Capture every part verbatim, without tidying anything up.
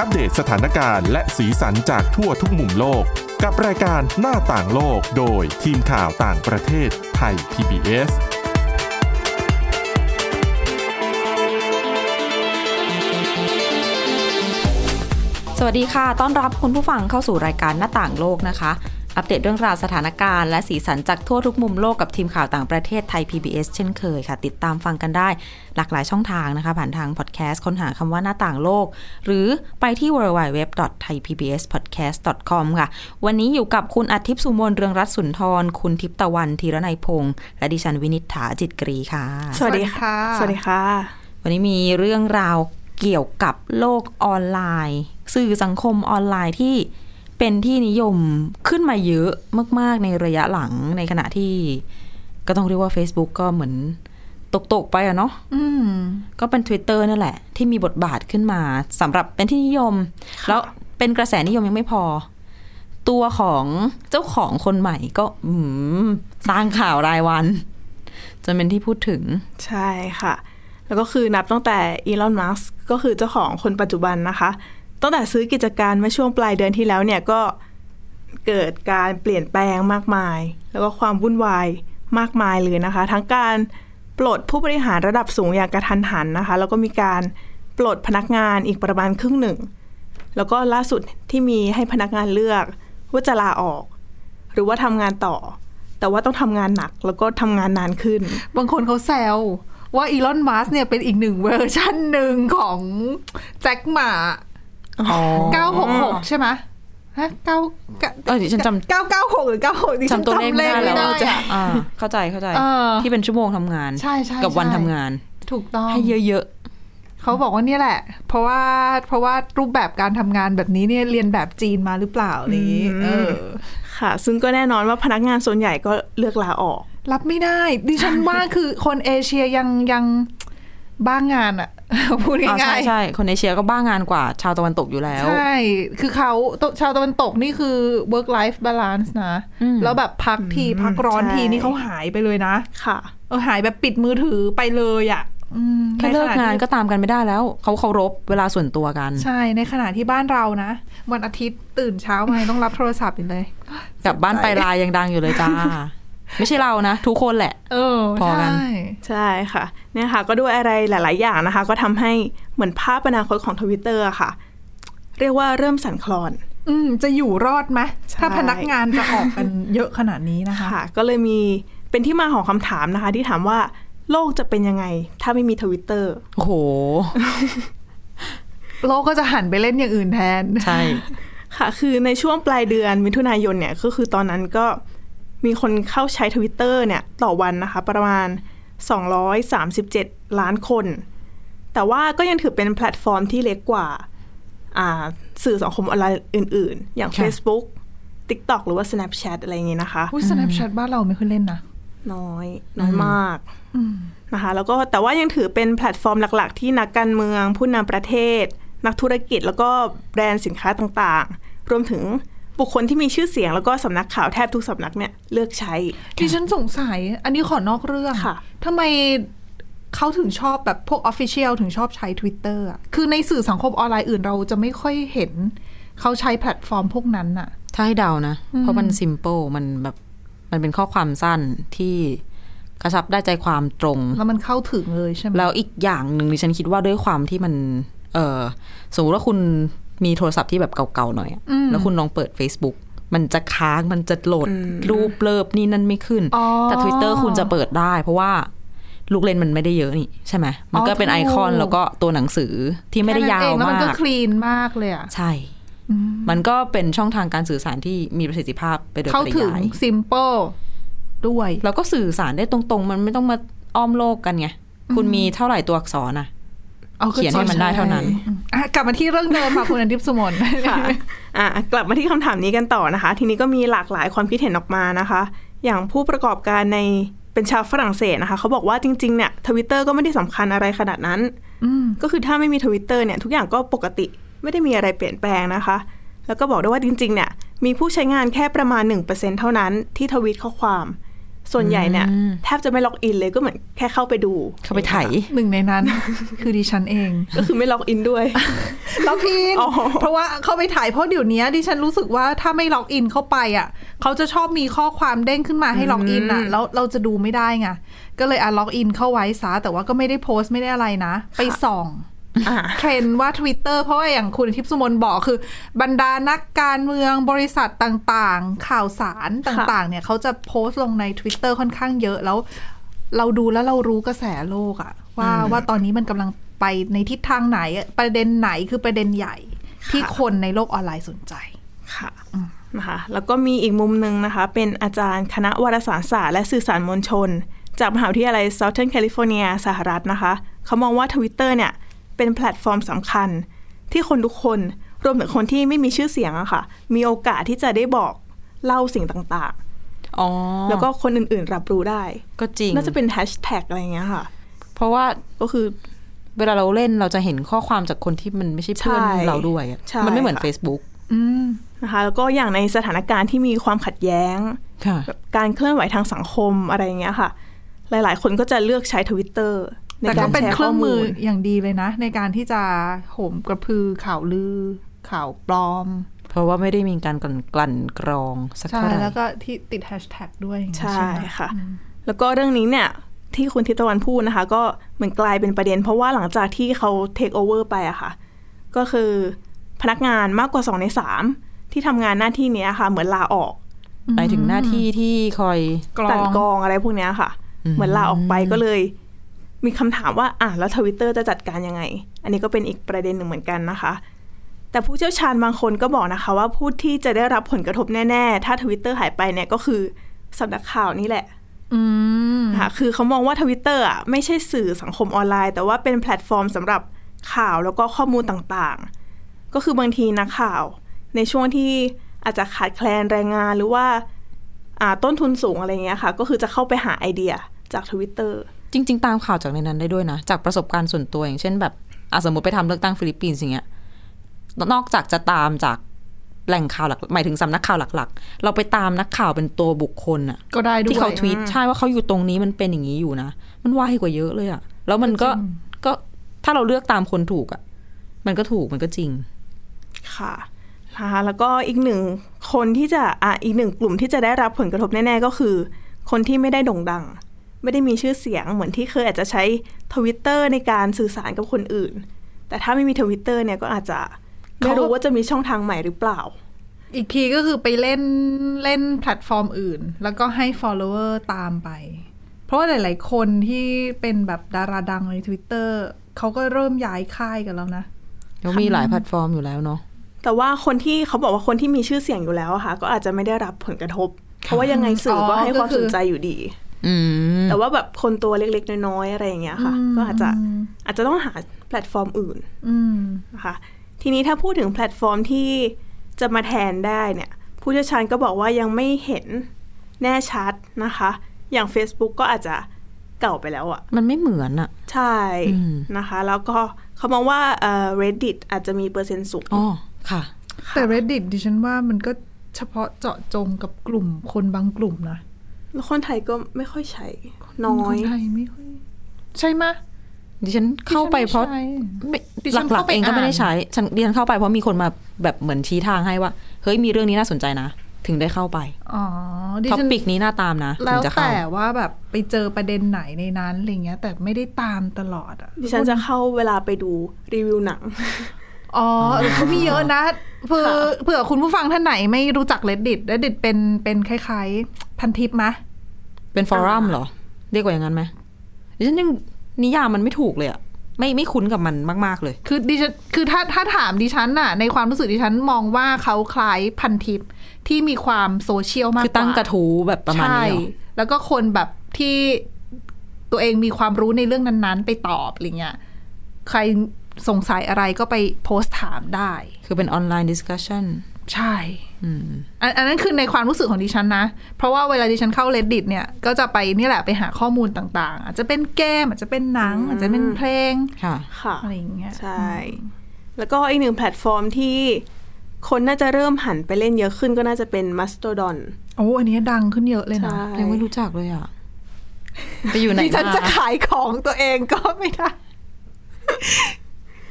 อัปเดตสถานการณ์และสีสันจากทั่วทุกมุมโลกกับรายการหน้าต่างโลกโดยทีมข่าวต่างประเทศไทย พี บี เอสสวัสดีค่ะต้อนรับคุณผู้ฟังเข้าสู่รายการหน้าต่างโลกนะคะอัปเดตเรื่องราวสถานการณ์และสีสันจากทั่วทุกมุมโลกกับทีมข่าวต่างประเทศไทย พี บี เอส เช่นเคยค่ะติดตามฟังกันได้หลากหลายช่องทางนะคะผ่านทางพอดแคสต์ค้นหาคำว่าหน้าต่างโลกหรือไปที่ ดับเบิลยู ดับเบิลยู ดับเบิลยู ดอท ไทยพีบีเอสพอดแคสต์ ดอท คอม ค่ะวันนี้อยู่กับคุณอาทิตย์สุมนเรืองรัตน์สุนทรคุณทิพย์ตะวันธีรนัยพงษ์และดิฉันวินิษฐาจิตกรีค่ะสวัสดีค่ะสวัสดีค่ะวันนี้มีเรื่องราวเกี่ยวกับโลกออนไลน์สื่อสังคมออนไลน์ที่เป็นที่นิยมขึ้นมาเยอะมากๆในระยะหลังในขณะที่ก็ต้องเรียกว่า Facebook ก็เหมือนตกๆไปอะเนาะก็เป็น Twitter นั่นแหละที่มีบทบาทขึ้นมาสำหรับเป็นที่นิยมแล้วเป็นกระแสนิยมยังไม่พอตัวของเจ้าของคนใหม่ก็สร้างข่าวรายวันจนเป็นที่พูดถึงใช่ค่ะแล้วก็คือนับตั้งแต่อีลอนมัสก์ก็คือเจ้าของคนปัจจุบันนะคะตั้งแต่ซื้อกิจการเมื่อช่วงปลายเดือนที่แล้วเนี่ยก็เกิดการเปลี่ยนแปลงมากมายแล้วก็ความวุ่นวายมากมายเลยนะคะทั้งการปลดผู้บริหารระดับสูงอย่างกระทันหันนะคะแล้วก็มีการปลดพนักงานอีกประมาณครึ่งหนึ่งแล้วก็ล่าสุดที่มีให้พนักงานเลือกว่าจะลาออกหรือว่าทำงานต่อแต่ว่าต้องทำงานหนักแล้วก็ทำงานนานขึ้นบางคนเขาแซวว่าอีลอนมัสก์เนี่ยเป็นอีกหนึ่งเวอร์ชันหนึ่งของแจ็คหม่าเก้าหกหกใช่ไหมฮะเก้าเออดิฉันจำเก้าเก้าหกหรือเก้าหกดิฉันจำตัวเลขไม่ได้แล้วอ่าเข้าใจเข้าใจที่เป็นชั่วโมงทำงานกับวันทำงานถูกต้องให้เยอะๆเขาบอกว่านี่แหละเพราะว่าเพราะว่ารูปแบบการทำงานแบบนี้เนี่ยเรียนแบบจีนมาหรือเปล่านี้เออค่ะซึ่งก็แน่นอนว่าพนักงานส่วนใหญ่ก็เลือกลาออกรับไม่ได้ดิฉันว่าคือคนเอเชียยังยังบ้างงานอะพูดง่ายๆใช่ใช่คนเอเชียก็บ้างงานกว่าชาวตะวันตกอยู่แล้วใช่คือเขาชาวตะวันตกนี่คือ work life balance นะแล้วแบบพักทีพักร้อนทีนี่เขาหายไปเลยนะค่ะเออหายแบบปิดมือถือไปเลยอะแค่เลิกงานก็ตามกันไม่ได้แล้วเขาเคารพเวลาส่วนตัวกันใช่ในขณะที่บ้านเรานะวันอาทิตย์ตื่นเช้ามาต้องรับโทรศัพท์อยู่เลยกลับบ้านไปไลน์ยังดังอยู่เลยจ้าไม่ใช่เรานะทุกคนแหละเออพอกันใช่ค่ะเนี่ยค่ะก็ด้วยอะไรหลายๆอย่างนะคะก็ทำให้เหมือนภาพอนาคตของ Twitter อะค่ะเรียกว่าเริ่มสั่นคลอนอืมจะอยู่รอดไหมถ้าพนักงานจะออกกันเยอะขนาดนี้นะคะค่ะก็เลยมีเป็นที่มาของคำถามนะคะที่ถามว่าโลกจะเป็นยังไงถ้าไม่มี Twitter โอ้โหโลกก็จะหันไปเล่นอย่างอื่นแทนใช่ค่ะคือในช่วงปลายเดือนมิถุนายนเนี่ยก็คือตอนนั้นก็มีคนเข้าใช้ Twitter เนี่ยต่อวันนะคะประมาณสองร้อยสามสิบเจ็ดล้านคนแต่ว่าก็ยังถือเป็นแพลตฟอร์มที่เล็กกว่าสื่อสังคมออนไลน์อื่นๆอย่าง Facebook TikTok หรือว่า Snapchat อะไรอย่างงี้นะคะอุ๊ย Snapchat บ้านเราไม่ค่อยเล่นนะน้อยน้อยมากนะคะแล้วก็แต่ว่ายังถือเป็นแพลตฟอร์มหลักๆที่นักการเมืองผู้นำประเทศนักธุรกิจแล้วก็แบรนด์สินค้าต่างๆรวมถึงบุคคลที่มีชื่อเสียงแล้วก็สำนักข่าวแทบทุกสำนักเนี่ยเลือกใช้ที่ฉันสงสัยอันนี้ขอนอกเรื่องค่ะทำไมเขาถึงชอบแบบพวก Official ถึงชอบใช้ Twitter อ่ะคือในสื่อสังคมออนไลน์อื่นเราจะไม่ค่อยเห็นเขาใช้แพลตฟอร์มพวกนั้นน่ะถ้าให้เดานะเพราะมัน simple มันแบบมันเป็นข้อความสั้นที่กระชับได้ใจความตรงแล้วมันเข้าถึงเลยใช่ไหมแล้วอีกอย่างหนึ่งดิฉันคิดว่าด้วยความที่มันเออสมมติว่าคุณมีโทรศัพท์ที่แบบเก่าๆหน่อยแล้วคุณลองเปิด Facebook มันจะค้างมันจะโหลดรูปเลิฟนี่นั่นไม่ขึ้นแต่ Twitter คุณจะเปิดได้เพราะว่าลูกเล่นมันไม่ได้เยอะนี่ใช่ไหมมันก็เป็นไอคอนแล้วก็ตัวหนังสือที่ไม่ได้ยาวมากแล้วมันก็คลีนมากเลยอ่ะใช่มันก็เป็นช่องทางการสื่อสารที่มีประสิทธิภาพไปโดยปริยายเข้าถึง simple ด้วยแล้วก็สื่อสารได้ตรงๆมันไม่ต้องมาอ้อมโลกกันไงคุณมีเท่าไหร่ตัวอักษรน่ะเขียนให้มันได้เท่านั้นกลับมาที่เรื่องเดิมค่ะคุณอาทิตย์สุมนค่ะอ่ะกลับมาที่คำถามนี้กันต่อนะคะทีนี้ก็มีหลากหลายความคิดเห็นออกมานะคะอย่างผู้ประกอบการในเป็นชาวฝรั่งเศสนะคะเขาบอกว่าจริงๆเนี่ย Twitter ก็ไม่ได้สำคัญอะไรขนาดนั้นก็คือถ้าไม่มี Twitter เนี่ยทุกอย่างก็ปกติไม่ได้มีอะไรเปลี่ยนแปลงนะคะแล้วก็บอกได้ว่าจริงๆเนี่ยมีผู้ใช้งานแค่ประมาณ หนึ่งเปอร์เซ็นต์ เท่านั้นที่ทวีตข้อความส่วนใหญ่เนี่ยแทบจะไม่ล็อกอินเลยก็เหมือนแค่เข้าไปดูเข้าไปไถหนึ่งในนั้นคือดิฉันเองก็คือไม่ล็อกอินด้วยล็อกอินเพราะว่าเข้าไปถ่ายเพราะเดี๋ยวนี้ดิฉันรู้สึกว่าถ้าไม่ล็อกอินเข้าไปอ่ะเขาจะชอบมีข้อความเด้งขึ้นมาให้ล็อกอินอ่ะแล้วเราจะดูไม่ได้ไงก็เลยอ่ะล็อกอินเข้าไว้ซะแต่ว่าก็ไม่ได้โพสต์ไม่ได้อะไรนะไปส่องเทรนด์ว่า Twitter เพราะว่าอย่างคุณทิพย์สุมนบอกคือบรรดานักการเมืองบริษัทต่างๆข่าวสารต่างๆเนี่ยเขาจะโพสต์ลงใน Twitter ค่อนข้างเยอะแล้วเราดูแล้วเรารู้กระแสโลกอะว่าว่าตอนนี้มันกำลังไปในทิศทางไหนประเด็นไหนคือประเด็นใหญ่ที่คนในโลกออนไลน์สนใจค่ะนะคะแล้วก็มีอีกมุมนึงนะคะเป็นอาจารย์คณะวารสารศาสตร์และสื่อสารมวลชนจากมหาวิทยาลัย Southern California สหรัฐนะคะเขามองว่า Twitter เนี่ยเป็นแพลตฟอร์มสำคัญที่คนทุกคนรวมถึงคนที่ไม่มีชื่อเสียงอะค่ะมีโอกาสที่จะได้บอกเล่าสิ่งต่างๆอ๋อแล้วก็คนอื่นๆรับรู้ได้ก็จริงน่าจะเป็นแฮชแท็กอะไรอย่างเงี้ยค่ะเพราะว่าก็คือเวลาเราเล่นเราจะเห็นข้อความจากคนที่มันไม่ใช่เพื่อนเราด้วยมันไม่เหมือน Facebook อืมนะคะแล้วก็อย่างในสถานการณ์ที่มีความขัดแย้งแบบการเคลื่อนไหวทางสังคมอะไรอย่างเงี้ยค่ะหลายๆคนก็จะเลือกใช้ Twitter แต่ก็เป็นเครื่องมืออย่างดีเลยนะในการที่จะโหมกระพือข่าวลือข่าวปลอมเพราะว่าไม่ได้มีการกลั่นกลั่นกรองสักเท่าไหร่แล้วก็ที่ติดแฮชแท็กด้วยใช่ค่ะแล้วก็เรื่องนี้เนี่ยที่คุณทิพย์ตะวันพูดนะคะก็เหมือนกลายเป็นประเด็นเพราะว่าหลังจากที่เขาเทคโอเวอร์ไปอะค่ะก็คือพนักงานมากกว่าสองในสามที่ทำงานหน้าที่นี้ค่ะเหมือนลาออกไปถึงหน้าที่ที่คอยกลั่นกรองอะไรพวกนี้ค่ะเหมือนลาออกไปก็เลยมีคำถามว่าอ่ะแล้ว Twitter จะจัดการยังไงอันนี้ก็เป็นอีกประเด็นหนึ่งเหมือนกันนะคะแต่ผู้เชี่ยวชาญบางคนก็บอกนะคะว่าผู้ที่จะได้รับผลกระทบแน่ๆถ้า Twitter หายไปเนี่ยก็คือสำนักข่าวนี่แหละอืมค่ะคือเขามองว่า Twitter อ่ะไม่ใช่สื่อสังคมออนไลน์แต่ว่าเป็นแพลตฟอร์มสำหรับข่าวแล้วก็ข้อมูลต่างๆก็คือบางทีนักข่าวในช่วงที่อาจจะขาดแคลนแรงงานหรือว่าอ่าต้นทุนสูงอะไรเงี้ยค่ะก็คือจะเข้าไปหาไอเดียจาก Twitter จริงๆตามข่าวจากในนั้นได้ด้วยนะจากประสบการณ์ส่วนตัวอย่างเช่นแบบอ่ะสมมติไปทำเลือกตั้งฟิลิปปินส์อย่างเงี้ยนอกจากจะตามจากแหล่งข่าวหลักหมายถึงสำนักข่าวหลักๆเราไปตามนักข่าวเป็นตัวบุคคลอ่ะก็ได้ด้วยที่เขาทวีตใช่ว่าเขาอยู่ตรงนี้มันเป็นอย่างนี้อยู่นะมันไวกว่าเยอะเลยอ่ะแล้วมันก็ก็ถ้าเราเลือกตามคนถูกอ่ะมันก็ถูกมันก็จริงค่ะนะคะแล้วก็อีกหนึ่งคนที่จะอ่ะอีกหนึ่งกลุ่มที่จะได้รับผลกระทบแน่ๆก็คือคนที่ไม่ได้โด่งดังไม่ได้มีชื่อเสียงเหมือนที่เคยอาจจะใช้ Twitter ในการสื่อสารกับคนอื่นแต่ถ้าไม่มี Twitter เนี่ยก็อาจจะไม่รู้ว่าจะมีช่องทางใหม่หรือเปล่าอีกทีก็คือไปเล่นเล่นแพลตฟอร์มอื่นแล้วก็ให้ follower ตามไปเพราะว่าหลายๆคนที่เป็นแบบดาราดังใน Twitter เขาก็เริ่มย้ายค่ายกันแล้วนะแล้วมีหลายแพลตฟอร์มอยู่แล้วเนาะแต่ว่าคนที่เขาบอกว่าคนที่มีชื่อเสียงอยู่แล้วค่ะก็อาจจะไม่ได้รับผลกระทบเพราะว่ายังไงสื่อก็ให้ความสนใจอยู่ดีแต่ว่าแบบคนตัวเล็กๆน้อยๆอะไรอย่างเงี้ยค่ะก็อาจจะอาจจะต้องหาแพลตฟอร์มอื่นนะคะทีนี้ถ้าพูดถึงแพลตฟอร์มที่จะมาแทนได้เนี่ยผู้เชี่ยวชาญก็บอกว่ายังไม่เห็นแน่ชัดนะคะอย่าง Facebook ก็อาจจะเก่าไปแล้วอ่ะมันไม่เหมือนอ่ะใช่นะคะแล้วก็เขามองว่าเอ่อ Reddit อาจจะมีเปอร์เซ็นต์สูงอ๋อค่ะแต่ Reddit ดิฉันว่ามันก็เฉพาะเจาะจงกับกลุ่มคนบางกลุ่มนะแล้วคนไทยก็ไม่ค่อยใช้น้อยคนไทยไม่ค่อยใช่ไหมดิฉันเข้าไปเพราะหลักๆเองก็ไม่ได้ใช้ฉันดิฉันเข้าไปเพราะมีคนมาแบบเหมือนชี้ทางให้ว่าเฮ้ยมีเรื่องนี้น่าสนใจนะถึงได้เข้าไปอ๋อท็อปิกนี้น่าตามนะแล้วแต่ว่าแบบไปเจอประเด็นไหนในนั้นอะไรเงี้ยแต่ไม่ได้ตามตลอดอ่ะดิฉันจะเข้าเวลาไปดูรีวิวหนังอ๋อเขามีเยอะนะเผื่อเผื่อคุณผู้ฟังท่านไหนไม่รู้จัก Reddit Reddit เป็นเป็นคล้ายๆพันทิปไหมเป็นฟอรัมเหรอเรียกว่าอย่างนั้นไหมดิฉันยังนิยามมันไม่ถูกเลยอะไม่ไม่คุ้นกับมันมากๆเลยคือดิฉันคือถ้าถ้าถามดิฉันน่ะในความรู้สึกดิฉันมองว่าเขาคล้ายพันทิปที่มีความโซเชียลมากกว่าคือตั้งกระทู้แบบประมาณนี้เหรอแล้วก็คนแบบที่ตัวเองมีความรู้ในเรื่องนั้นๆไปตอบอะไรเงี้ยใครสงสัยอะไรก็ไปโพสต์ถามได้คือเป็นออนไลน์ดิสคัชชั่นใช่อันนั้นคือในความรู้สึกของดิฉันนะเพราะว่าเวลาดิฉันเข้า Reddit เนี่ยก็จะไปนี่แหละไปหาข้อมูลต่างๆอาจจะเป็นเกมอาจจะเป็นหนังอาจจะเป็นเพลงค่ะอะไรอย่างเงี้ยใช่แล้วก็อีกหนึ่งแพลตฟอร์มที่คนน่าจะเริ่มหันไปเล่นเยอะขึ้นก็น่าจะเป็น Mastodon โอ้อันนี้ดังขึ้นเยอะเลยนะยังไม่รู้จักเลยอ่ะไปอยู่ไหนดิฉันจะขายของตัวเองก็ไม่ได้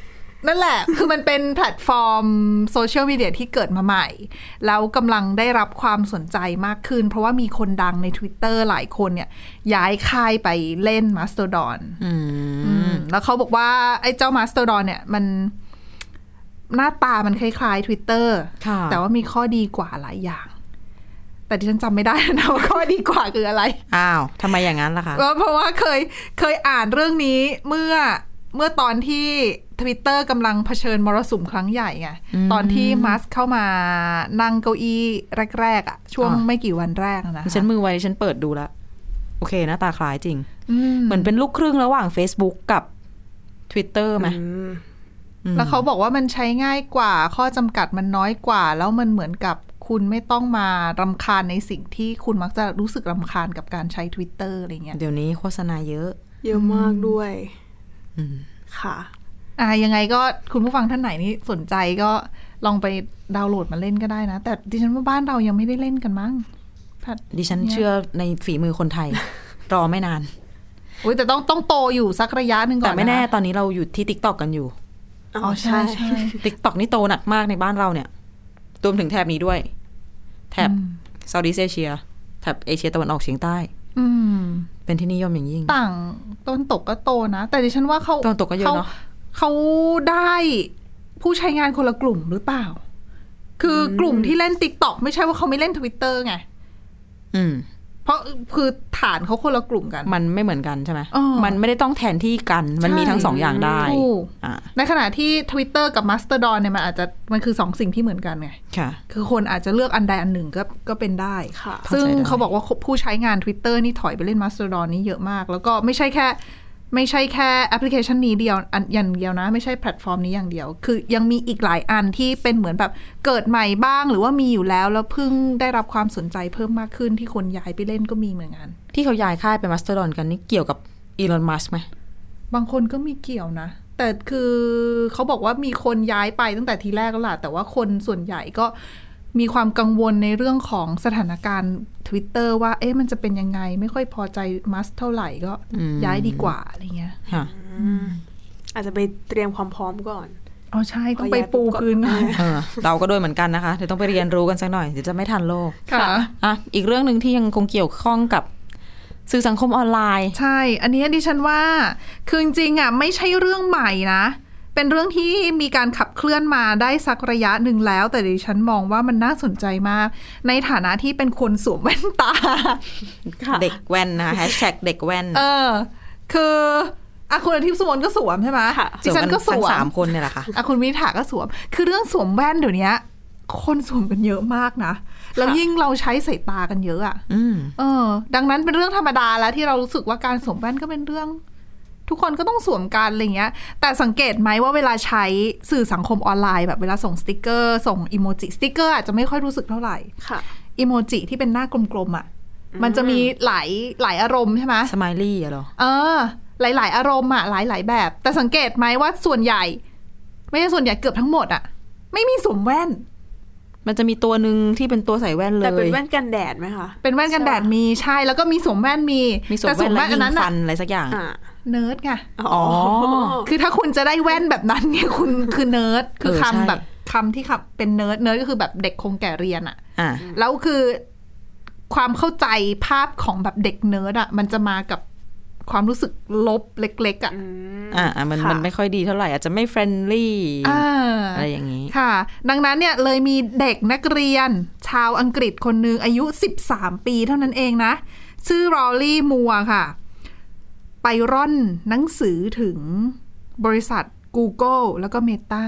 นั่นแหละ คือมันเป็นแพลตฟอร์มโซเชียลมีเดียที่เกิดมาใหม่แล้วกำลังได้รับความสนใจมากขึ้นเพราะว่ามีคนดังใน Twitter หลายคนเนี่ยย้ายค่ายไปเล่น Mastodon อืมแล้วเขาบอกว่าไอ้เจ้า Mastodon เนี่ยมันหน้าตามันคล้ายๆ Twitter แต่ว่ามีข้อดีกว่าหลายอย่างแต่ดิฉันจำไม่ได้นะว่าข้อดีกว่าคืออะไรอ้าวทำไมอย่างนั้นล่ะคะก็เพราะว่าเคยเคยอ่านเรื่องนี้เมื่อเมื่อตอนที่ Twitter กำลังเผชิญมรสุมครั้งใหญ่ไงตอนที่มัสเข้ามานั่งเก้าอี้แรกๆอ่ะช่วงไม่กี่วันแรกนะฉันมือไว้ฉันเปิดดูแล้วโอเคหน้าตาคล้ายจริงเหมือนเป็นลูกครึ่งระหว่าง Facebook กับ Twitter ไหมแล้วเขาบอกว่ามันใช้ง่ายกว่าข้อจำกัดมันน้อยกว่าแล้วมันเหมือนกับคุณไม่ต้องมารำคาญในสิ่งที่คุณมักจะรู้สึกรำคาญกับการใช้ Twitter อะไรเงี้ยเดี๋ยวนี้โฆษณาเยอะเยอะมากด้วยค่ะอ่ายังไงก็คุณผู้ฟังท่านไหนนี่สนใจก็ลองไปดาวน์โหลดมาเล่นก็ได้นะแต่ดิฉันว่าบ้านเรายังไม่ได้เล่นกันมั้งดิฉันเชื่อในฝีมือคนไทย รอไม่นานโอ้ยแต่ต้องต้องโตอยู่สักระยะหนึ่งก่อนแต่ไม่แน่ตอนนี้เราอยู่ที่ TikTok กันอยู่อ๋อใช่ใช่ TikTok นี่โตหนักมากในบ้านเราเนี่ยรวมถึงแถบนี้ด้วยแถบเซาท์อีสต์เอเชียแถบเอเชียตะวันออกเฉียงใต้เป็นที่นิยมอย่างยิ่งต่างตะวันตกก็โตนะแต่ดิฉันว่าเขาตะวันตกก็เยอะเนาะเขาได้ผู้ใช้งานคนละกลุ่มหรือเปล่าคือกลุ่มที่เล่น TikTok ไม่ใช่ว่าเขาไม่เล่น Twitter ไงอืมเพราะคือฐานเขาคนละกลุ่มกันมันไม่เหมือนกันใช่ไหมมันไม่ได้ต้องแทนที่กันมันมีทั้งสองอย่างได้ในขณะที่ Twitter กับ Mastodon เนี่ยมันอาจจะมันคือสองสิ่งที่เหมือนกันไงคือคนอาจจะเลือกอันใดอันหนึ่งก็ก็เป็นได้ซึ่งเขาบอกว่าผู้ใช้งาน Twitter นี่ถอยไปเล่น Mastodon นี่เยอะมากแล้วก็ไม่ใช่แค่ไม่ใช่แค่แอปพลิเคชันนี้เดียวอันอย่างเดียวนะไม่ใช่แพลตฟอร์มนี้อย่างเดียวคือยังมีอีกหลายอันที่เป็นเหมือนแบบเกิดใหม่บ้างหรือว่ามีอยู่แล้วแล้วเพิ่งได้รับความสนใจเพิ่มมากขึ้นที่คนย้ายไปเล่นก็มีเหมือนกันที่เขาย้ายค่ายไป Mastodon กันนี่เกี่ยวกับอีลอนมัสก์ไหมบางคนก็มีเกี่ยวนะแต่คือเขาบอกว่ามีคนย้ายไปตั้งแต่ทีแรกแล้วล่ะแต่ว่าคนส่วนใหญ่ก็มีความกังวลในเรื่องของสถานการณ์ Twitter ว่าเอ๊ะมันจะเป็นยังไงไม่ค่อยพอใจมัสเท่าไหร่ก็ย้ายดีกว่าอะไรเงี้ยอาจจะไปเตรียมความพร้อมก่อนอ๋อใช่ต้องไปปูพื้นก่อนเราก็ด้วยเหมือนกันนะคะเดี๋ยวต้องไปเรียนรู้กันสักหน่อยเดี๋ยวจะไม่ทันโลกค่ะอ่ะอีกเรื่องนึงที่ยังคงเกี่ยวข้องกับสื่อสังคมออนไลน์ใช่อันนี้ดิฉันว่าคือจริงๆอ่ะไม่ใช่เรื่องใหม่นะเป็นเรื่องที่มีการขับเคลื่อนมาได้สักระยะหนึ่งแล้วแต่ดิฉันมองว่ามันน่าสนใจมากในฐานะที่เป็นคนสวมแว่นตาเด็กแว่นนะแฮชแท็กเด็กแว่นเออคืออ่ะคุณอาทิตย์สุวรรณก็สวมใช่ไหมดิฉันก็สวมสามคนเนี่ยแหละค่ะอ่ะคุณวิถาก็สวมคือเรื่องสวมแว่นเดี๋ยวนี้คนสวมกันเยอะมากนะแล้วยิ่งเราใช้สายตากันเยอะอ่ะเออดังนั้นเป็นเรื่องธรรมดาแล้วที่เรารู้สึกว่าการสวมแว่นก็เป็นเรื่องทุกคนก็ต้องสวมกันอะไรเงี้ยแต่สังเกตไหมว่าเวลาใช้สื่อสังคมออนไลน์แบบเวลาส่งสติกเกอร์ส่งอีโมจิสติกเกอร์อาจจะไม่ค่อยรู้สึกเท่าไหร่ค่ะอีโมจิที่เป็นหน้ากลมๆอ่ะมันจะมีหลายหลายอารมณ์ใช่ไหมสไมลี่อะเหรอเออหลายๆอารมณ์อ่ะหลายๆแบบแต่สังเกตไหมว่าส่วนใหญ่ไม่ใช่ส่วนใหญ่เกือบทั้งหมดอ่ะไม่มีสวมแว่นมันจะมีตัวหนึ่งที่เป็นตัวใส่แว่นเลยแต่เป็นแว่นกันแดดไหมคะเป็นแว่นกันแดดมีใช่แล้วก็มีสวมแว่นมีมีสวมแว่นแล้วยิงฟันอะไรสักอย่างเนิร์ดไงอ๋อคือถ้าคุณจะได้แว่นแบบนั้นเนี่ยคุณคือเนิร์ดคือคำแบบคำที่คำเป็นเนิร์ดเนิร์ดก็คือแบบเด็กคงแก่เรียนอ่ะแล้วคือความเข้าใจภาพของแบบเด็กเนิร์ดอ่ะมันจะมากับความรู้สึกลบเล็กๆอ่ะอ่ามันมันไม่ค่อยดีเท่าไหร่อาจจะไม่เฟรนลี่อะไรอย่างนี้ค่ะดังนั้นเนี่ยเลยมีเด็กนักเรียนชาวอังกฤษคนนึงอายุสิบสามปีเท่านั้นเองนะชื่อรอลลี่มัวค่ะไปร่อนหนังสือถึงบริษัท Google แล้วก็ Meta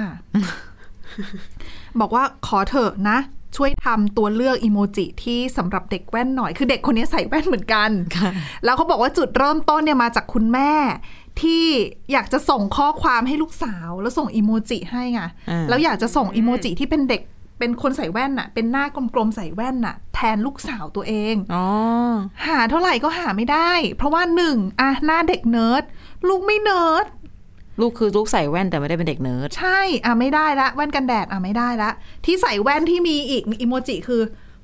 บอกว่าขอเถอะนะช่วยทำตัวเลือกอีโมจิที่สำหรับเด็กแว่นหน่อยคือเด็กคนนี้ใส่แว่นเหมือนกันแล้วเขาบอกว่าจุดเริ่มต้นเนี่ยมาจากคุณแม่ที่อยากจะส่งข้อความให้ลูกสาวแล้วส่งอีโมจิให้ไงแล้วอยากจะส่งอีโมจิที่เป็นเด็กเป็นคนใส่แว่นน่ะเป็นหน้ากลมๆใส่แว่นน่ะแทนลูกสาวตัวเองอ๋อหาเท่าไหร่ก็หาไม่ได้เพราะว่าหนึ่งอ่ะหน้าเด็กเนิร์ดลูกไม่เนิร์ดลูกคือลูกใส่แว่นแต่ไม่ได้เป็นเด็กเนิร์ดใช่อ่ะไม่ได้ละแว่นกันแดดอ่ะไม่ได้ละที่ใส่แว่นที่มีอีกอีโมจิคือ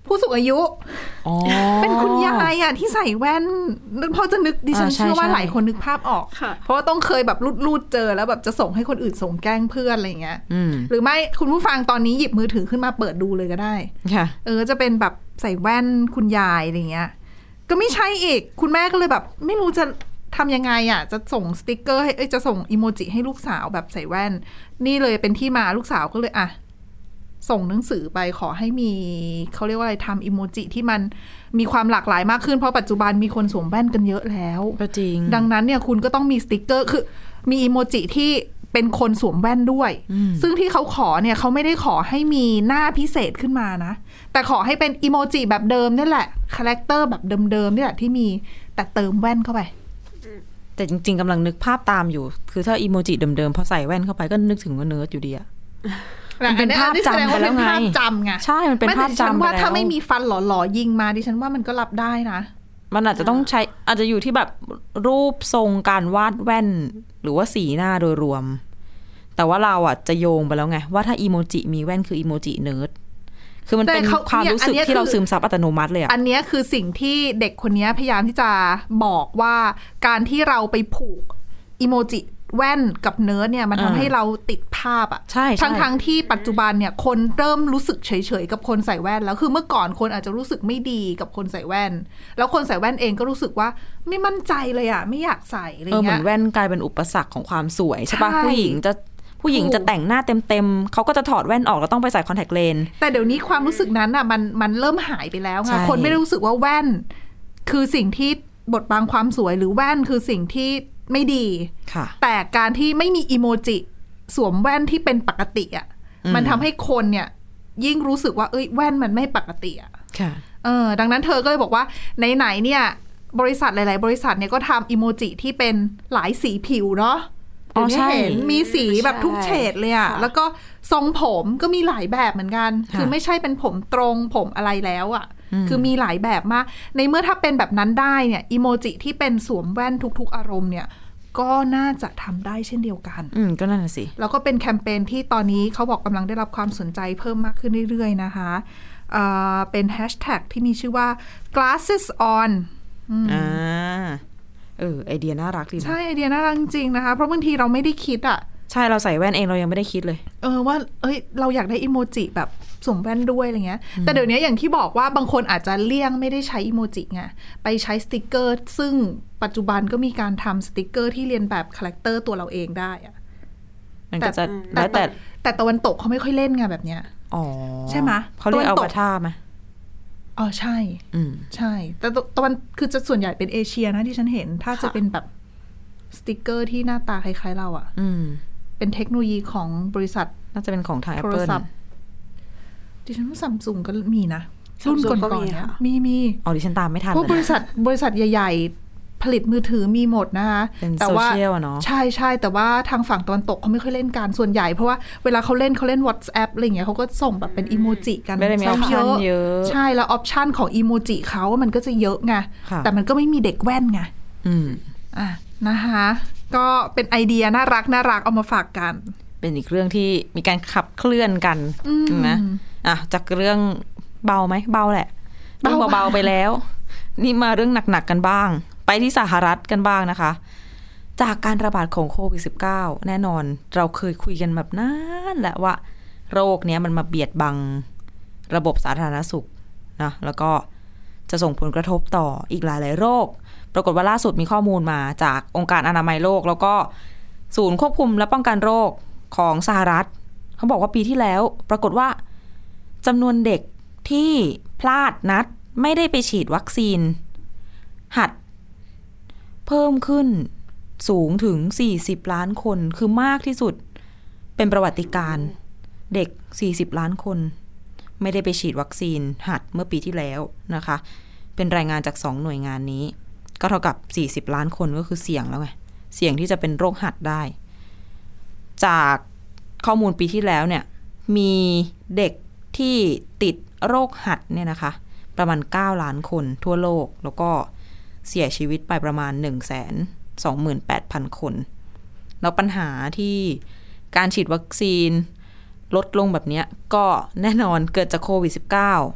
ผู้สูงอายุเป็นคุณยายอ่ะที่ใส่แว่นพอจะนึกดิฉันเชื่อว่าหลายคนนึกภาพออกเพราะว่าต้องเคยแบบรูดๆเจอแล้วแบบจะส่งให้คนอื่นส่งแกล้งเพื่อนอะไรเงี้ยหรือไม่คุณผู้ฟังตอนนี้หยิบมือถือขึ้นมาเปิดดูเลยก็ได้เออจะเป็นแบบใส่แว่นคุณยายอะไรเงี้ยก็ไม่ใช่อีกคุณแม่ก็เลยแบบไม่รู้จะทำยังไงอ่ะจะส่งสติ๊กเกอร์ให้จะส่งอีโมจิให้ลูกสาวแบบใส่แว่นนี่เลยเป็นที่มาลูกสาวก็เลยอ่ะส่งหนังสือไปขอให้มีเขาเรียกว่าอะไรทำอีโมจิที่มันมีความหลากหลายมากขึ้นเพราะปัจจุบันมีคนสวมแว่นกันเยอะแล้วจริงดังนั้นเนี่ยคุณก็ต้องมีสติ๊กเกอร์คือมีอีโมจิที่เป็นคนสวมแว่นด้วยซึ่งที่เขาขอเนี่ยเขาไม่ได้ขอให้มีหน้าพิเศษขึ้นมานะแต่ขอให้เป็นอีโมจิแบบเดิมนี่แหละคาแรคเตอร์แบบเดิมๆนี่แหละที่มีแต่เติมแว่นเข้าไปแต่จริงๆกำลังนึกภาพตามอยู่คือถ้าอีโมจิเดิมๆพอใส่แว่นเข้าไปก็นึกถึงว่าเนิร์ดอยู่ดีอะมันเป็นภาพจำไปแล้วไงใช่มันเป็นภาพจำไปแล้วฉันว่าถ้าไม่มีฟันหล่อๆยิงมาดิฉันว่ามันก็รับได้นะมันอาจจะต้องใช้อาจจะอยู่ที่แบบรูปทรงการวาดแว่นหรือว่าสีหน้าโดยรวมแต่ว่าเราอ่ะจะโยงไปแล้วไงว่าถ้าอีโมจิมีแว่นคืออีโมจิเนิร์ดคือมันเป็นความรู้สึกที่เราซึมซับอัตโนมัติเลยอ่ะอันนี้คือสิ่งที่เด็กคนนี้พยายามที่จะบอกว่าการที่เราไปผูกอีโมจิแว่นกับเนิร์ดเนี่ยมันทำให้เราติดภาพอ่ะทั้งทั้งที่ปัจจุบันเนี่ยคนเริ่มรู้สึกเฉยๆกับคนใส่แว่นแล้วคือเมื่อก่อนคนอาจจะรู้สึกไม่ดีกับคนใส่แว่นแล้วคนใส่แว่นเองก็รู้สึกว่าไม่มั่นใจเลยอ่ะไม่อยากใส่อะไรเงี้ยเหมือนแว่นกลายเป็นอุปสรรคของความสวยใช่ป่ะผู้หญิงจะผู้หญิงจะแต่งหน้าเต็มๆเขาก็จะถอดแว่นออกแล้วต้องไปใส่คอนแทคเลนส์แต่เดี๋ยวนี้ความรู้สึกนั้นอ่ะมันมันเริ่มหายไปแล้วไงคนไม่รู้สึกว่าแว่นคือสิ่งที่บดบังความสวยหรือแว่นคือสิ่งที่ไม่ดีแต่การที่ไม่มีอีโมจิสวมแว่นที่เป็นปกติอ่ะมันทำให้คนเนี่ยยิ่งรู้สึกว่าเอ้ยแว่นมันไม่ปกติอ่ะเออดังนั้นเธอก็เลยบอกว่าไหนๆเนี่ยบริษัทหลายๆบริษัทเนี่ยก็ทำอีโมจิที่เป็นหลายสีผิวเนาะเดี๋ยวนี้เห็นมีสีแบบทุกเฉดเลยอ่ะแล้วก็ทรงผมก็มีหลายแบบเหมือนกันคือไม่ใช่เป็นผมตรงผมอะไรแล้วอ่ะคือมีหลายแบบมากในเมื่อถ้าเป็นแบบนั้นได้เนี่ยอีโมจิที่เป็นสวมแว่นทุกๆอารมณ์เนี่ยก็น่าจะทำได้เช่นเดียวกันอืมก็นั่นสิแล้วก็เป็นแคมเปญที่ตอนนี้เขาบอกกำลังได้รับความสนใจเพิ่มมากขึ้นเรื่อยๆนะคะเอ่อเป็นแฮชแท็กที่มีชื่อว่า glasses on อ่าเออไอเดียน่ารักดีนะใช่ไอเดียน่ารักจริงนะคะเพราะบางทีเราไม่ได้คิดอ่ะใช่เราใส่แว่นเองเรายังไม่ได้คิดเลยเออว่าเอ้ยเราอยากได้อีโมจิแบบสวมแว่นด้วยอะไรเงี้ยแต่เดี๋ยวนี้อย่างที่บอกว่าบางคนอาจจะเลี่ยงไม่ได้ใช้อีโมจิไงไปใช้สติกเกอร์ซึ่งปัจจุบันก็มีการทำสติกเกอร์ที่เรียนแบบคาแรคเตอร์ตัวเราเองได้อะแต่แต่แต่แต่ตะวันตกเขาไม่ค่อยเล่นไงแบบเนี้ยอ๋อใช่ไหมเขาเรียกอวตารไหมอ๋อใช่ใช่แต่ตะวันคือจะส่วนใหญ่เป็นเอเชียนะที่ฉันเห็นถ้าจะเป็นแบบสติกเกอร์ที่หน้าตาคล้ายๆเราอ่ะเป็นเทคโนโลยีของบริษัทน่าจะเป็นของทาง Apple ดิฉันว่า Samsung ก็มีนะรุ่นก่อนๆเนี่ยมีมีอ๋อดิฉันตามไม่ทันพวกบริษัทบริษัทใหญ่ๆผลิตมือถือมีหมดนะคะแต่ว่าใช่ใช่แต่ว่าทางฝั่งตะวันตกเขาไม่ค่อยเล่นกันส่วนใหญ่เพราะว่าเวลาเขาเล่นเขาเล่น WhatsApp อะไรอย่างเงี้ยเขาก็ส่งแบบเป็นอีโมจิกันไม่ได้มีออปชั่นเยอะใช่แล้วออปชั่นของอีโมจิเขามันก็จะเยอะไงแต่มันก็ไม่มีเด็กแว่นไงอืมอ่ะนะคะก็เป็นไอเดียน่ารักน่ารักเอามาฝากกันเป็นอีกเรื่องที่มีการขับเคลื่อนกันนะอ่ะจากเรื่องเบาไหมเบาแหละเบาเบาไปแล้วนี่มาเรื่องหนักๆกันบ้างไปที่สหรัฐกันบ้างนะคะจากการระบาดของโควิด สิบเก้า แน่นอนเราเคยคุยกันแบบนั้นแหละว่าโรคเนี้ยมันมาเบียดบังระบบสาธารณสุขนะแล้วก็จะส่งผลกระทบต่ออีกหลายๆโรคปรากฏว่าล่าสุดมีข้อมูลมาจากองค์การอนามัยโลกแล้วก็ศูนย์ควบคุมและป้องกันโรคของสหรัฐเขาบอกว่าปีที่แล้วปรากฏว่าจำนวนเด็กที่พลาดนัดไม่ได้ไปฉีดวัคซีนหัดเพิ่มขึ้นสูงถึงสี่สิบล้านคนคือมากที่สุดเป็นประวัติการณ์เด็กสี่สิบล้านคนไม่ได้ไปฉีดวัคซีนหัดเมื่อปีที่แล้วนะคะเป็นรายงานจากสองหน่วยงานนี้ก็เท่ากับสี่สิบล้านคนก็คือเสี่ยงแล้วไงเสี่ยงที่จะเป็นโรคหัดได้จากข้อมูลปีที่แล้วเนี่ยมีเด็กที่ติดโรคหัดเนี่ยนะคะประมาณเก้าล้านคนทั่วโลกแล้วก็เสียชีวิตไปประมาณ หนึ่งแสนสองหมื่นแปดพัน คนแล้วปัญหาที่การฉีดวัคซีนลดลงแบบนี้ก็แน่นอนเกิดจากโควิด สิบเก้า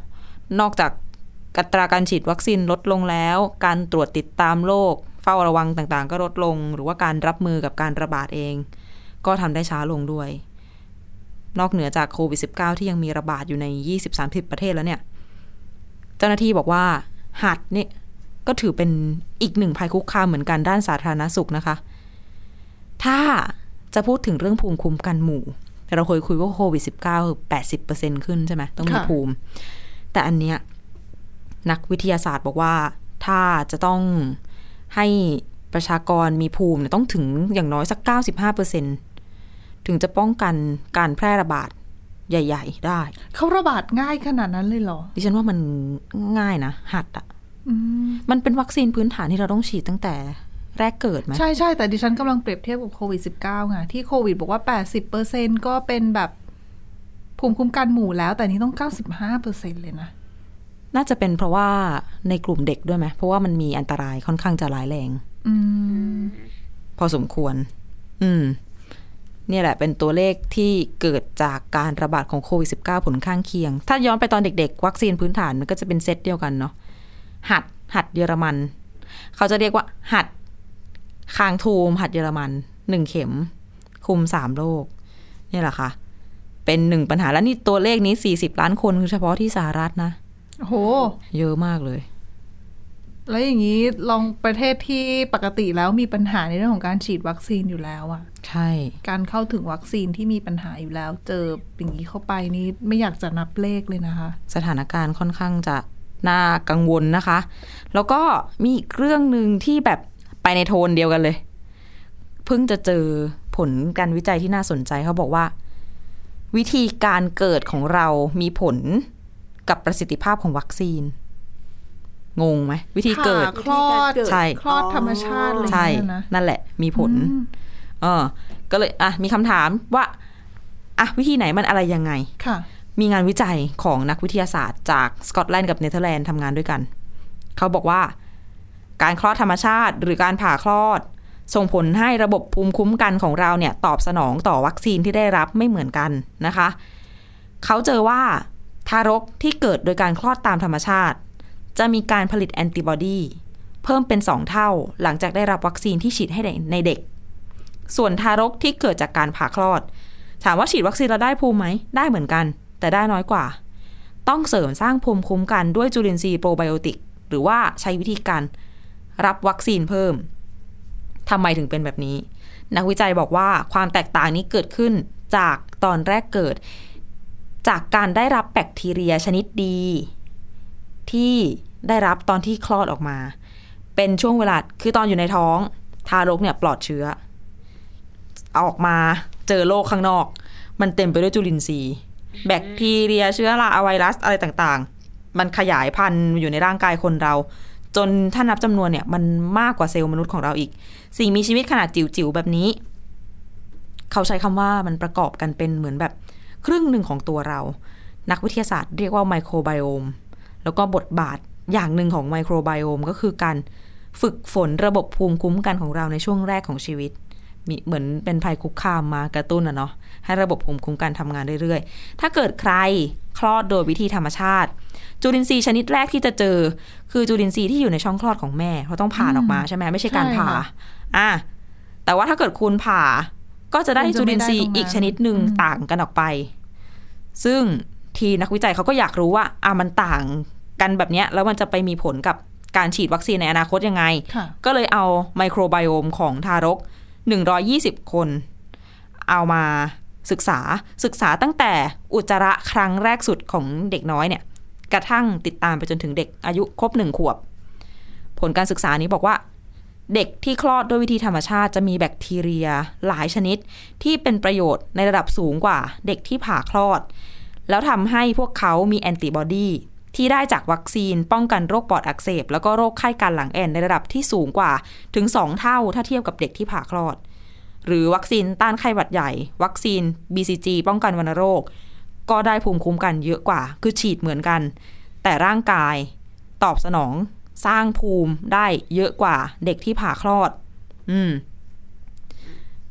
นอกจากอัตราการฉีดวัคซีนลดลงแล้วการตรวจติดตามโรคเฝ้าระวังต่างๆก็ลดลงหรือว่าการรับมือกับการระบาดเองก็ทำได้ช้าลงด้วยนอกเหนือจากโควิด สิบเก้า ที่ยังมีระบาดอยู่ใน ยี่สิบถึงสามสิบ ประเทศแล้วเนี่ยเจ้าหน้าที่บอกว่าหัดนี่ก็ถือเป็นอีกหนึ่งภัยคุกคามเหมือนกันด้านสาธารณสุขนะคะถ้าจะพูดถึงเรื่องภูมิคุ้มกันหมู่เราเคยคุยว่าโควิด สิบเก้า แปดสิบเปอร์เซ็นต์ ขึ้นใช่ไหมต้องมีภูมิแต่อันเนี้ยนักวิทยาศาสตร์บอกว่าถ้าจะต้องให้ประชากรมีภูมิเนี่ยต้องถึงอย่างน้อยสัก เก้าสิบห้าเปอร์เซ็นต์ ถึงจะป้องกันการแพร่ระบาดใหญ่ๆได้เขาระบาดง่ายขนาดนั้นเลยเหรอดิฉันว่ามันง่ายนะหัดอ่ะมันเป็นวัคซีนพื้นฐานที่เราต้องฉีดตั้งแต่แรกเกิดไหมใช่ใช่แต่ดิฉันกำลังเปรียบเทียบกับโควิด สิบเก้า ไงที่โควิดบอกว่า แปดสิบเปอร์เซ็นต์ ก็เป็นแบบภูมิคุ้มกันหมู่แล้วแต่นี่ต้อง เก้าสิบห้าเปอร์เซ็นต์ เลยนะน่าจะเป็นเพราะว่าในกลุ่มเด็กด้วยไหมเพราะว่ามันมีอันตรายค่อนข้างจะร้ายแรงอืมพอสมควรอืมเนี่ยแหละเป็นตัวเลขที่เกิดจากการระบาดของโควิด สิบเก้า ผลข้างเคียงถ้าย้อนไปตอนเด็กๆวัคซีนพื้นฐานมันก็จะเป็นเซตเดียวกันเนาะหัดหัดเยอรมันเขาจะเรียกว่าหัดคางทูมหัดเยอรมันหนึ่งเข็มคุมสามโรคนี่แหละค่ะเป็นหนึ่งปัญหาแล้วนี่ตัวเลขนี้สี่สิบล้านคนคือเฉพาะที่สหรัฐนะโหเยอะมากเลยแล้วอย่างนี้ลองประเทศที่ปกติแล้วมีปัญหาในเรื่องของการฉีดวัคซีนอยู่แล้วอะใช่การเข้าถึงวัคซีนที่มีปัญหาอยู่แล้วเจออย่างนี้เข้าไปนี่ไม่อยากจะนับเลขเลยนะคะสถานการณ์ค่อนข้างจะน่ากังวลนะคะแล้วก็มีอีกเรื่องนึงที่แบบไปในโทนเดียวกันเลยเพิ่งจะเจอผลการวิจัยที่น่าสนใจเขาบอกว่าวิธีการเกิดของเรามีผลกับประสิทธิภาพของวัคซีนงงไหมวิธีเกิดคลอดใช่คลอดธรรมชาติเลยใช่นั่นแหละมีผลเออก็เลยอ่ะมีคำถามว่าอ่ะวิธีไหนมันอะไรยังไงค่ะมีงานวิจัยของนักวิทยาศาสตร์จากสกอตแลนด์กับเนเธอร์แลนด์ทำงานด้วยกันเขาบอกว่าการคลอดธรรมชาติหรือการผ่าคลอดส่งผลให้ระบบภูมิคุ้มกันของเราเนี่ยตอบสนองต่อวัคซีนที่ได้รับไม่เหมือนกันนะคะเขาเจอว่าทารกที่เกิดโดยการคลอดตามธรรมชาติจะมีการผลิตแอนติบอดีเพิ่มเป็นสองเท่าหลังจากได้รับวัคซีนที่ฉีดให้ในเด็กส่วนทารกที่เกิดจากการผ่าคลอดถามว่าฉีดวัคซีนแล้วได้ภูมิไหมได้เหมือนกันแต่ได้น้อยกว่าต้องเสริมสร้างภูมิคุ้มกันด้วยจุลินทรีย์โปรไบโอติกหรือว่าใช้วิธีการรับวัคซีนเพิ่มทำไมถึงเป็นแบบนี้นักวิจัยบอกว่าความแตกต่างนี้เกิดขึ้นจากตอนแรกเกิดจากการได้รับแบคทีเรียชนิดดีที่ได้รับตอนที่คลอดออกมาเป็นช่วงเวลาคือตอนอยู่ในท้องทารกเนี่ยปลอดเชื้อออกมาเจอโรคข้างนอกมันเต็มไปด้วยจุลินทรีย์แบคทีเรียเชื้อราไวรัสอะไรต่างๆมันขยายพันธุ์อยู่ในร่างกายคนเราจนถ้านับจำนวนเนี่ยมันมากกว่าเซลล์มนุษย์ของเราอีกสิ่งมีชีวิตขนาดจิ๋วๆแบบนี้เขาใช้คำว่ามันประกอบกันเป็นเหมือนแบบครึ่งหนึ่งของตัวเรานักวิทยาศาสตร์เรียกว่าไมโครไบโอมแล้วก็บทบาทอย่างหนึ่งของไมโครไบโอมก็คือการฝึกฝนระบบภูมิคุ้มกันของเราในช่วงแรกของชีวิตมีเหมือนเป็นภัยคุกคามมากระตุ้นอะเนาะให้ระบบภูมิคุ้มกันทำงานเรื่อยๆถ้าเกิดใครคลอดโดยวิธีธรรมชาติจุลินทรีย์ชนิดแรกที่จะเจอคือจุลินทรีย์ที่อยู่ในช่องคลอดของแม่เพราะต้องผ่านออกมาใช่ไหมไม่ใช่การผ่าอ่ะแต่ว่าถ้าเกิดคุณผ่าก็จะได้จุลินทรีย์อีกชนิดหนึ่งต่างกันออกไปซึ่งทีนักวิจัยเขาก็อยากรู้ว่าอ่ะมันต่างกันแบบนี้แล้วมันจะไปมีผลกับการฉีดวัคซีนในอนาคตยังไงก็เลยเอาไมโครไบโอมของทารกหนึ่งร้อยยี่สิบคนเอามาศึกษาศึกษาตั้งแต่อุจจาระครั้งแรกสุดของเด็กน้อยเนี่ยกระทั่งติดตามไปจนถึงเด็กอายุครบหนึ่งขวบผลการศึกษานี้บอกว่าเด็กที่คลอดด้วยวิธีธรรมชาติจะมีแบคทีเรียหลายชนิดที่เป็นประโยชน์ในระดับสูงกว่าเด็กที่ผ่าคลอดแล้วทำให้พวกเขามีแอนติบอดีที่ได้จากวัคซีนป้องกันโรคปอดอักเสบแล้วก็โรคไข้การหลังแอนในระดับที่สูงกว่าถึงสองเท่าถ้าเทียบกับเด็กที่ผ่าคลอดหรือวัคซีนต้านไข้หวัดใหญ่วัคซีน บี ซี จี ป้องกันวัณโรคก็ได้ภูมิคุ้มกันเยอะกว่าคือฉีดเหมือนกันแต่ร่างกายตอบสนองสร้างภูมิได้เยอะกว่าเด็กที่ผ่าคลอดอืม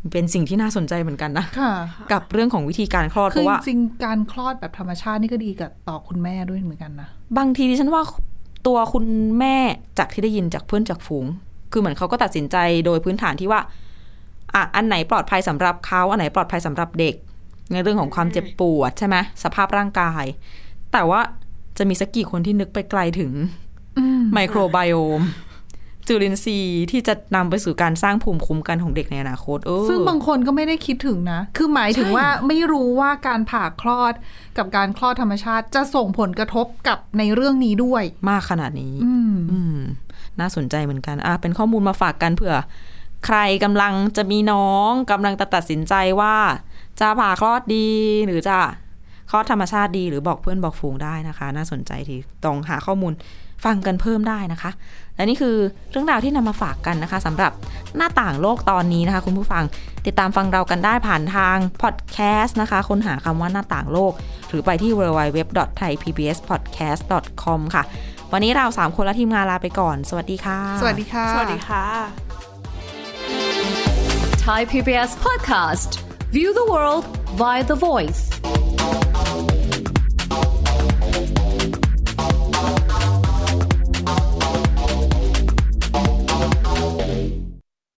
เป็นสิ่งที่น่าสนใจเหมือนกันนะค่ะกับเรื่องของวิธีการคลอดเพคือราะว่าจริงๆการคลอดแบบธรรมชาตินี่ก็ดีกับต่อคุณแม่ด้วยเหมือนกันนะบางทีดิฉันว่าตัวคุณแม่จากที่ได้ยินจากเพื่อนจากฝูงคือเหมือนเขาก็ตัดสินใจโดยพื้นฐานที่ว่าอ่ะอันไหนปลอดภัยสำหรับเขาอันไหนปลอดภัยสำหรับเด็กในเรื่องของความเจ็บปวดใช่ไหมสภาพร่างกายแต่ว่าจะมีสักกี่คนที่นึกไปไกลถึงไมโครไบโอมจุลินทรีย์ที่จะนำไปสู่การสร้างภูมิคุ้มกันของเด็กในอนาคตเออซึ่งบางคนก็ไม่ได้คิดถึงนะคือหมายถึงว่าไม่รู้ว่าการผ่าคลอดกับการคลอดธรรมชาติจะส่งผลกระทบกับในเรื่องนี้ด้วยมากขนาดนี้อืมอืมน่าสนใจเหมือนกันอ่ะเป็นข้อมูลมาฝากกันเผื่อใครกำลังจะมีน้องกำลังจะตัดสินใจว่าจะผ่าคลอดดีหรือจะคลอดธรรมชาติดีหรือบอกเพื่อนบอกฝูงได้นะคะน่าสนใจที่ต้องหาข้อมูลฟังกันเพิ่มได้นะคะและนี่คือเรื่องราวที่นำมาฝากกันนะคะสำหรับหน้าต่างโลกตอนนี้นะคะคุณผู้ฟังติดตามฟังเรากันได้ผ่านทางพอดแคสต์นะคะค้นหาคำว่าหน้าต่างโลกหรือไปที่ ดับเบิลยู ดับเบิลยู ดับเบิลยู ดอท ไทย พี บี เอส พอดแคสต์ ดอท คอม ค่ะวันนี้เราสามคนและทีมงานลาไปก่อนสวัสดีค่ะสวัสดีค่ะสวัสดีค่ะ Thai พี บี เอส Podcast View the world via the voice